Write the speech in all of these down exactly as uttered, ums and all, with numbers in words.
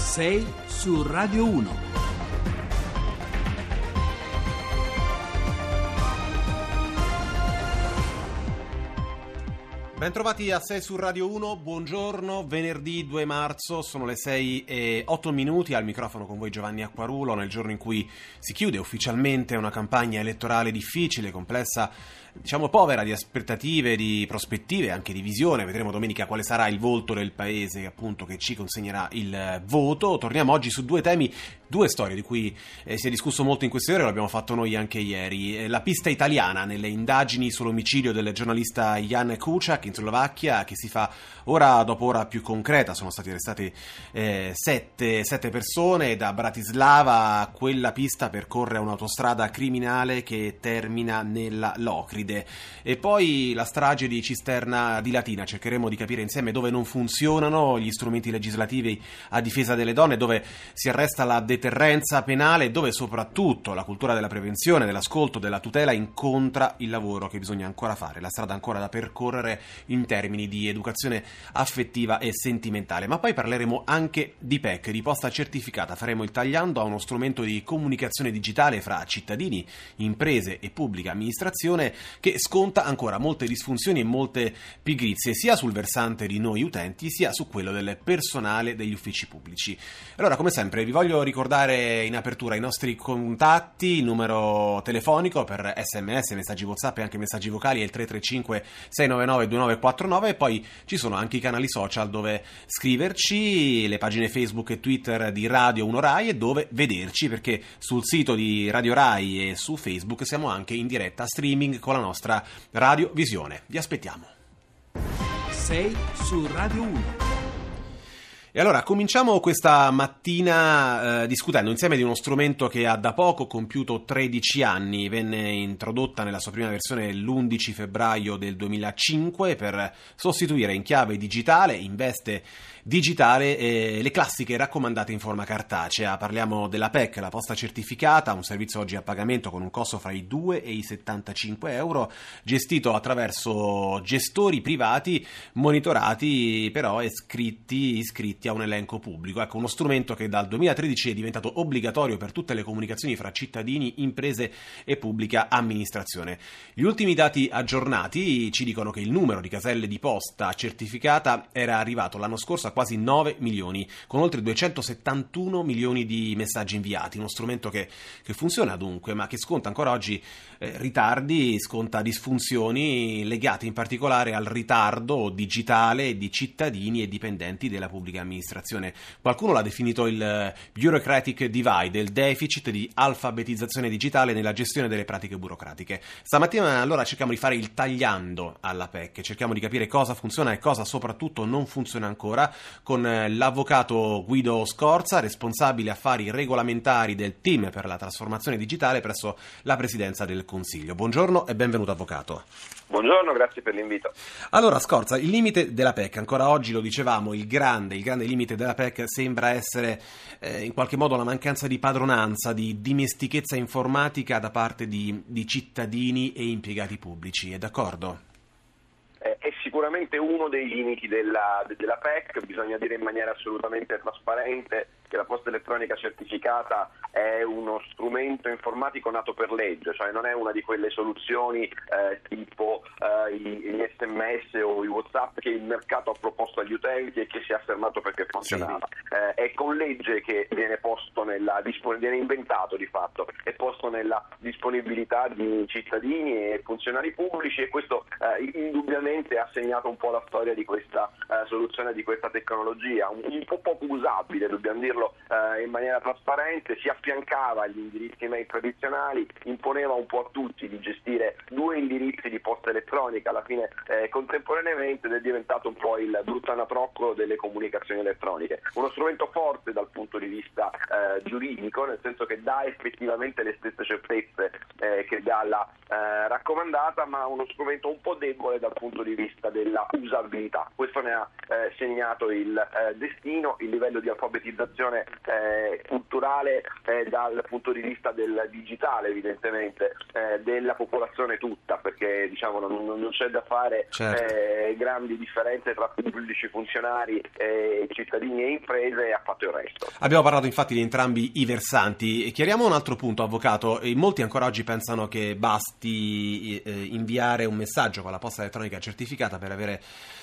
sei su Radio uno. Bentrovati a sei su Radio uno, buongiorno, venerdì due marzo, sono le sei e otto minuti, al microfono con voi Giovanni Acquarulo, nel giorno in cui si chiude ufficialmente una campagna elettorale difficile, complessa, diciamo povera di aspettative, di prospettive, anche di visione. Vedremo domenica quale sarà il volto del paese, appunto, che ci consegnerà il voto. Torniamo oggi su due temi, due storie di cui eh, si è discusso molto in queste ore, lo abbiamo fatto noi anche ieri. Eh, la pista italiana nelle indagini sull'omicidio del giornalista Jan Kuciak in Slovacchia, che si fa ora dopo ora più concreta. Sono stati arrestati eh, sette, sette persone. Da Bratislava quella pista percorre un'autostrada criminale che termina nella Locride. E poi la strage di Cisterna di Latina. Cercheremo di capire insieme dove non funzionano gli strumenti legislativi a difesa delle donne, dove si arresta la deterrenza penale, dove soprattutto la cultura della prevenzione, dell'ascolto, della tutela incontra il lavoro che bisogna ancora fare, la strada ancora da percorrere in termini di educazione affettiva e sentimentale. Ma poi parleremo anche di P E C, di posta certificata. Faremo il tagliando a uno strumento di comunicazione digitale fra cittadini, imprese e pubblica amministrazione, che sconta ancora molte disfunzioni e molte pigrizie, sia sul versante di noi utenti, sia su quello del personale degli uffici pubblici. Allora, come sempre, vi voglio ricordare in apertura i nostri contatti, il numero telefonico per sms, messaggi WhatsApp e anche messaggi vocali è il tre tre cinque sei nove nove due nove quattro nove, e poi ci sono anche i canali social dove scriverci, le pagine Facebook e Twitter di Radio uno Rai, e dove vederci, perché sul sito di Radio Rai e su Facebook siamo anche in diretta streaming con la nostra radiovisione. Vi aspettiamo. sei su Radio uno. E allora, cominciamo questa mattina eh, discutendo insieme di uno strumento che ha da poco compiuto tredici anni. Venne introdotta nella sua prima versione l'undici febbraio del duemilacinque per sostituire in chiave digitale, in veste digitale, eh, le classiche raccomandate in forma cartacea. Parliamo della P E C, la posta certificata, un servizio oggi a pagamento con un costo fra i due e i settantacinque euro, gestito attraverso gestori privati, monitorati però iscritti, iscritti a un elenco pubblico. Ecco, uno strumento che dal duemilatredici è diventato obbligatorio per tutte le comunicazioni fra cittadini, imprese e pubblica amministrazione. Gli ultimi dati aggiornati ci dicono che il numero di caselle di posta certificata era arrivato l'anno scorso a quasi nove milioni, con oltre duecentosettantuno milioni di messaggi inviati. Uno strumento che, che funziona dunque, ma che sconta ancora oggi eh, ritardi, sconta disfunzioni legate in particolare al ritardo digitale di cittadini e dipendenti della pubblica amministrazione. Qualcuno l'ha definito il bureaucratic divide, il deficit di alfabetizzazione digitale nella gestione delle pratiche burocratiche. Stamattina allora cerchiamo di fare il tagliando alla P E C, cerchiamo di capire cosa funziona e cosa soprattutto non funziona ancora, con l'avvocato Guido Scorza, responsabile affari regolamentari del team per la trasformazione digitale presso la Presidenza del Consiglio. Buongiorno e benvenuto, avvocato. Buongiorno, grazie per l'invito. Allora, Scorza, il limite della P E C, ancora oggi lo dicevamo, il grande, il grande limite della P E C sembra essere eh, in qualche modo la mancanza di padronanza, di dimestichezza informatica da parte di, di cittadini e impiegati pubblici, è d'accordo? È sicuramente uno dei limiti della, della P E C. Bisogna dire in maniera assolutamente trasparente che la posta elettronica certificata è uno strumento informatico nato per legge, cioè non è una di quelle soluzioni eh, tipo eh, gli S M S o i WhatsApp che il mercato ha proposto agli utenti e che si è affermato perché funzionava. Sì. Eh, è con legge che viene posto nella viene inventato di fatto, è posto nella disponibilità di cittadini e funzionari pubblici, e questo eh, indubbiamente ha segnato un po' la storia di questa eh, soluzione, di questa tecnologia, un, un po' poco usabile, dobbiamo dirlo eh, in maniera trasparente. Si affiancava agli indirizzi mail tradizionali, imponeva un po' a tutti di gestire due indirizzi di posta elettronica alla fine eh, contemporaneamente, ed è diventato un po' il brutto anatroccolo delle comunicazioni elettroniche. Uno strumento forte dal punto di vista eh, giuridico, nel senso che dà effettivamente le stesse certezze eh, che dà la eh, raccomandata, ma uno strumento un po' debole dal punto di vista del della usabilità. Questo ne ha eh, segnato il eh, destino, il livello di alfabetizzazione eh, culturale eh, dal punto di vista del digitale, evidentemente, eh, della popolazione tutta, perché diciamo non, non c'è da fare certo. eh, grandi differenze tra pubblici funzionari, eh, cittadini e imprese, e ha fatto il resto. Abbiamo parlato infatti di entrambi i versanti. Chiariamo un altro punto, avvocato. In molti ancora oggi pensano che basti eh, inviare un messaggio con la posta elettronica certificata per avere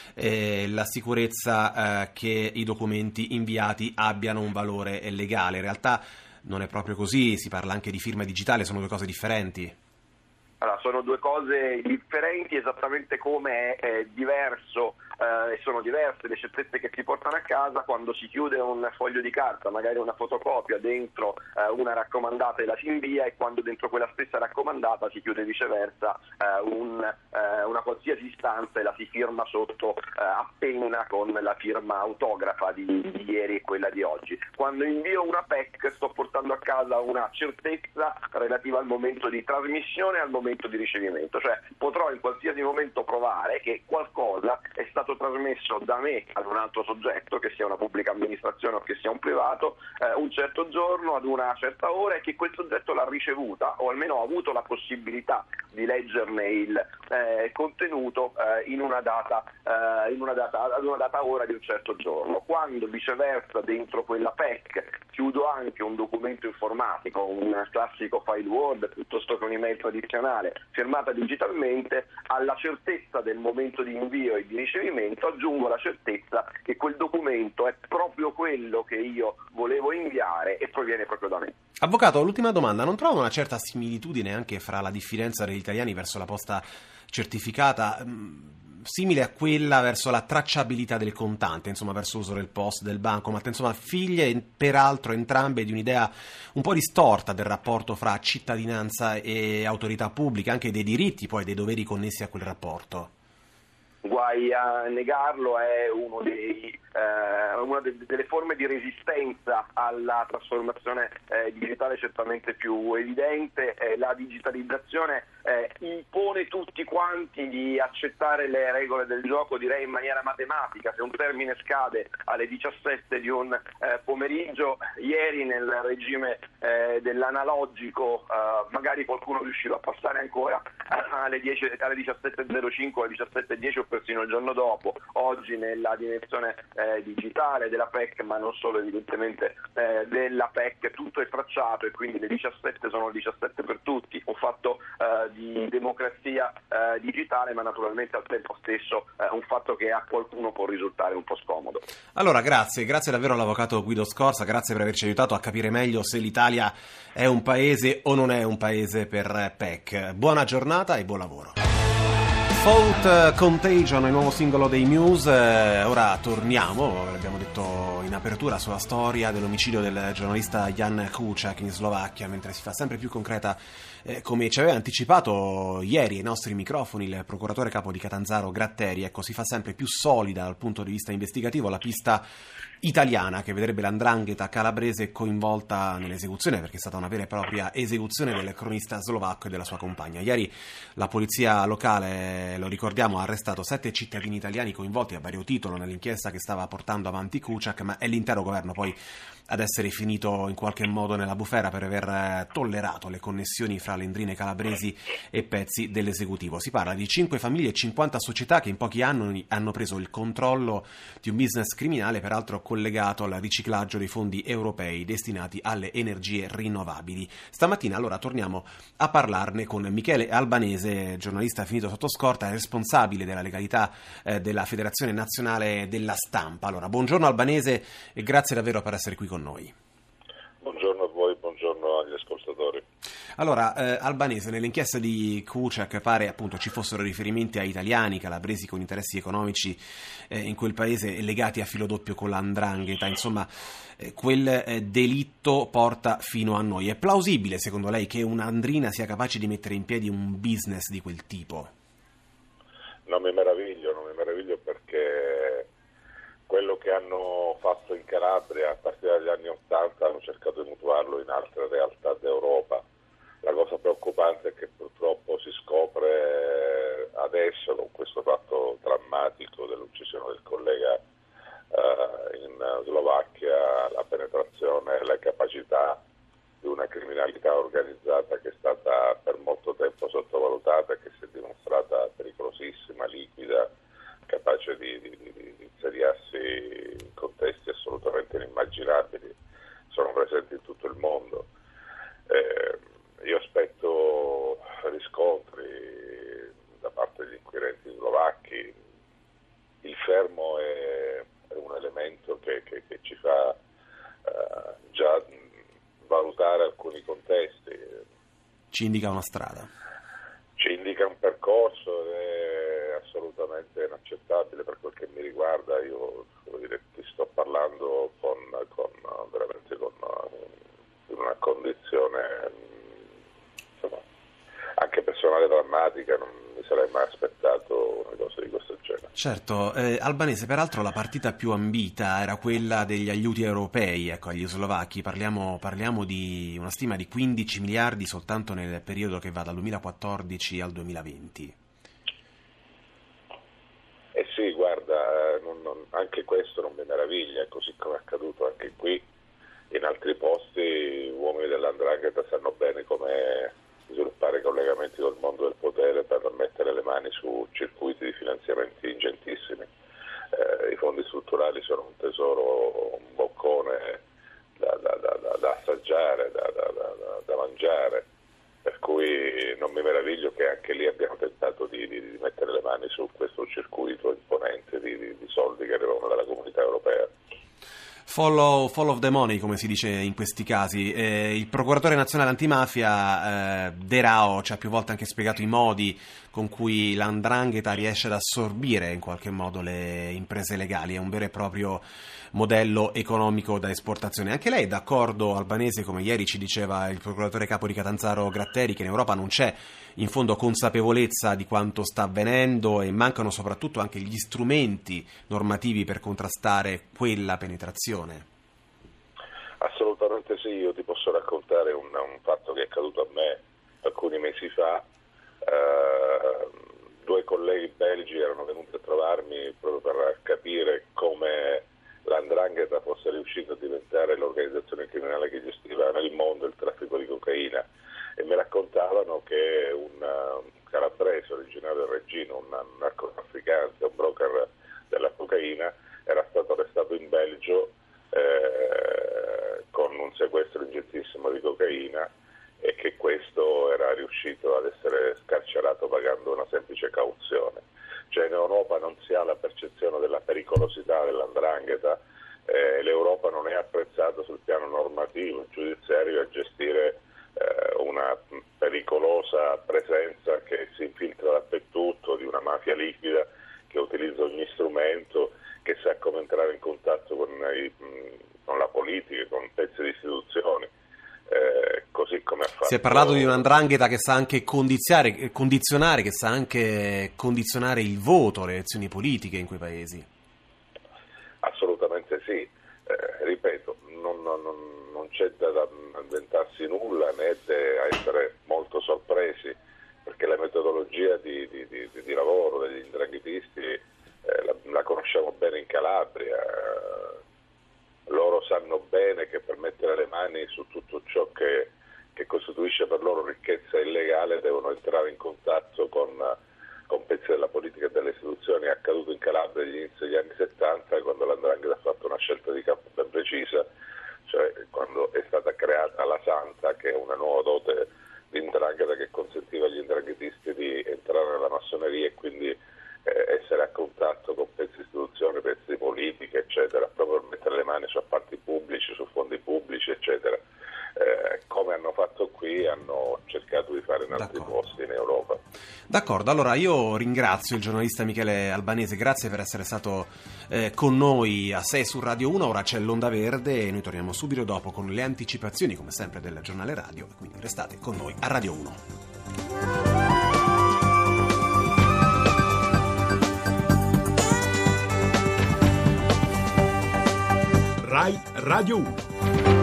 eh, la sicurezza eh, che i documenti inviati abbiano un valore legale. In realtà non è proprio così, si parla anche di firma digitale, sono due cose differenti. Allora, sono due cose differenti, esattamente come è eh, diverso eh, e sono diverse le certezze che si portano a casa quando si chiude un foglio di carta, magari una fotocopia, dentro eh, una raccomandata e la si invia, e quando dentro quella stessa raccomandata si chiude viceversa eh, un, eh, una qualsiasi istanza e la si firma sotto eh, a penna con la firma autografa di, di ieri e quella di oggi. Quando invio una P E C sto portando a casa una certezza relativa al momento di trasmissione e al momento di ricevimento, cioè potrò in qualsiasi momento provare che qualcosa è stato trasmesso da me ad un altro soggetto, che sia una pubblica amministrazione o che sia un privato, eh, un certo giorno ad una certa ora, e che quel soggetto l'ha ricevuta o almeno ha avuto la possibilità di leggerne il eh, contenuto eh, in una data eh, in una data ad una data ora di un certo giorno. Quando viceversa dentro quella P E C chiudo anche un documento informatico, un classico file Word piuttosto che un'email tradizionale firmata digitalmente, alla certezza del momento di invio e di ricevimento aggiungo la certezza che quel documento è proprio quello che io volevo inviare e proviene proprio da me. Avvocato, l'ultima domanda, non trova una certa similitudine anche fra la diffidenza degli italiani verso la posta certificata, mh, simile a quella verso la tracciabilità del contante, insomma verso l'uso del post, del bancomat, insomma figlie peraltro entrambe di un'idea un po' distorta del rapporto fra cittadinanza e autorità pubblica, anche dei diritti poi dei doveri connessi a quel rapporto? Guai a negarlo, è uno dei, eh, una de- delle forme di resistenza alla trasformazione eh, digitale certamente più evidente. Eh, la digitalizzazione eh, impone tutti quanti di accettare le regole del gioco, direi in maniera matematica. Se un termine scade alle diciassette di un eh, pomeriggio, ieri nel regime eh, dell'analogico eh, magari qualcuno riusciva a passare ancora alle, dieci, alle diciassette e zero cinque, alle diciassette e dieci o persino il giorno dopo. Oggi nella dimensione eh, digitale della P E C, ma non solo evidentemente eh, della P E C, tutto è tracciato e quindi le diciassette sono le diciassette per tutti, un fatto eh, di democrazia eh, digitale, ma naturalmente al tempo stesso eh, un fatto che a qualcuno può risultare un po' scomodo. Allora grazie, grazie davvero all'avvocato Guido Scorza, grazie per averci aiutato a capire meglio se l'Italia è un paese o non è un paese per P E C. Buona giornata e buon lavoro. Fault Contagion, il nuovo singolo dei Muse. Eh, ora torniamo, l'abbiamo detto in apertura, sulla storia dell'omicidio del giornalista Jan Kuciak in Slovacchia, mentre si fa sempre più concreta, eh, come ci aveva anticipato ieri ai nostri microfoni il procuratore capo di Catanzaro Gratteri. Ecco, si fa sempre più solida dal punto di vista investigativo la pista italiana che vedrebbe l'andrangheta calabrese coinvolta nell'esecuzione, perché è stata una vera e propria esecuzione del cronista slovacco e della sua compagna. Ieri la polizia locale, lo ricordiamo, ha arrestato sette cittadini italiani coinvolti a vario titolo nell'inchiesta che stava portando avanti Kuciak, ma è l'intero governo poi ad essere finito in qualche modo nella bufera per aver tollerato le connessioni fra le endrine calabresi e pezzi dell'esecutivo. Si parla di cinque famiglie e cinquanta società che in pochi anni hanno preso il controllo di un business criminale, peraltro collegato al riciclaggio dei fondi europei destinati alle energie rinnovabili. Stamattina allora torniamo a parlarne con Michele Albanese, giornalista finito sotto scorta, responsabile della legalità eh, della Federazione Nazionale della Stampa. Allora, buongiorno Albanese e grazie davvero per essere qui con noi. Buongiorno a voi, buongiorno agli ascoltatori. Allora, eh, Albanese, nell'inchiesta di Kuciak pare appunto ci fossero riferimenti a italiani, calabresi con interessi economici eh, in quel paese legati a filo doppio con l'andrangheta, insomma eh, quel eh, delitto porta fino a noi. È plausibile secondo lei che un'andrina sia capace di mettere in piedi un business di quel tipo? Non mi meraviglio, non mi meraviglio perché quello che hanno fatto in Calabria a partire dagli anni Ottanta hanno cercato di mutuarlo in altre realtà d'Europa. La cosa preoccupante è che purtroppo si scopre adesso, con questo fatto drammatico drammatico dell'uccisione del collega uh, in Slovacchia, la penetrazione e la capacità di una criminalità organizzata che è stata per molto tempo sottovalutata e che si è dimostrata pericolosissima, liquida, capace di, di, di, di insediarsi in contesti assolutamente inimmaginabili, sono presenti in tutto il mondo. Eh, io aspetto riscontri da parte degli inquirenti slovacchi. Il fermo è, è un elemento che, che, che ci fa eh, già valutare alcuni contesti. Ci indica una strada. Ci indica un percorso ed è assolutamente inaccettabile per quel che mi riguarda. Io devo dire, ti sto parlando con, con veramente con una condizione insomma, anche personale drammatica. Non mi sarei mai aspettato una cosa di questo genere. Certo, eh, Albanese, peraltro la partita più ambita era quella degli aiuti europei, ecco, agli slovacchi. Parliamo, parliamo di una stima di quindici miliardi soltanto nel periodo che va dal duemilaquattordici al duemilaventi. Eh sì, guarda, non, non, anche questo non mi meraviglia, così come è accaduto anche qui. In altri posti uomini dell''ndrangheta sanno bene come sviluppare collegamenti col mondo del potere per mettere le mani su circuiti di finanziamenti ingentissimi. Eh, I fondi strutturali sono un tesoro, un boccone da, da, da, da, da assaggiare, da, da, da, da mangiare, per cui non mi meraviglio che anche lì abbiano tentato di, di, di mettere le mani su questo circuito imponente di, di, di soldi che arrivano dalla comunità europea. Follow, follow the money, come si dice in questi casi. Eh, il procuratore nazionale antimafia eh, De Rao ci ha più volte anche spiegato i modi con cui la 'ndrangheta riesce ad assorbire in qualche modo le imprese legali. È un vero e proprio modello economico da esportazione. Anche lei è d'accordo, Albanese, come ieri ci diceva il procuratore capo di Catanzaro Gratteri, che in Europa non c'è in fondo consapevolezza di quanto sta avvenendo e mancano soprattutto anche gli strumenti normativi per contrastare quella penetrazione? Assolutamente sì, io ti posso raccontare un, un fatto che è accaduto a me alcuni mesi fa. Uh, due colleghi belgi erano venuti a trovarmi proprio per capire come la 'ndrangheta fosse riuscita a diventare l'organizzazione criminale che gestiva nel mondo il traffico di cocaina, e mi raccontavano che un, un calabrese originario del Regino, un narcotrafficante, un broker della cocaina, era stato arrestato in Belgio eh, con un sequestro ingentissimo di cocaina, e che questo era riuscito ad essere scarcerato pagando una semplice cauzione. Cioè in Europa non si ha la percezione della pericolosità della 'ndrangheta, eh, l'Europa non è apprezzata sul piano normativo e giudiziario a gestire eh, una pericolosa presenza che si infiltra dappertutto, di una mafia liquida che utilizza ogni strumento, che sa come entrare in contatto con, i, con la politica, con pezzi di istituzioni. Eh, così come ha fatto... Si è parlato di una 'ndrangheta che sa anche condizionare, condizionare, che sa anche condizionare il voto, le elezioni politiche in quei paesi. Assolutamente sì, eh, ripeto, non, non, non c'è da, da inventarsi nulla né da essere molto sorpresi, perché la metodologia di, di, di, di lavoro degli 'ndranghetisti eh, la, la conosciamo bene in Calabria. Loro sanno bene che per mettere le mani su tutto ciò che, che costituisce per loro ricchezza illegale devono entrare in contatto con, con pezzi della politica e delle istituzioni. È accaduto in Calabria agli inizi degli anni settanta, quando la 'ndrangheta ha fatto una scelta di campo ben precisa, cioè quando è stata creata la Santa, che è una nuova dote di 'ndrangheta che consentiva agli 'ndranghetisti di entrare nella massoneria e quindi eh, essere a contatto con pezzi di istituzioni, pezzi di politica, eccetera, proprio per mettere le mani su appalti pubblici, su fondi pubblici, eccetera. Eh, come hanno fatto qui, hanno cercato di fare in altri D'accordo. posti in Europa. D'accordo, allora io ringrazio il giornalista Michele Albanese, grazie per essere stato eh, con noi a sei su Radio uno. Ora c'è l'Onda Verde e noi torniamo subito dopo con le anticipazioni, come sempre, del giornale radio, quindi restate con noi a Radio uno. Rai Radio uno.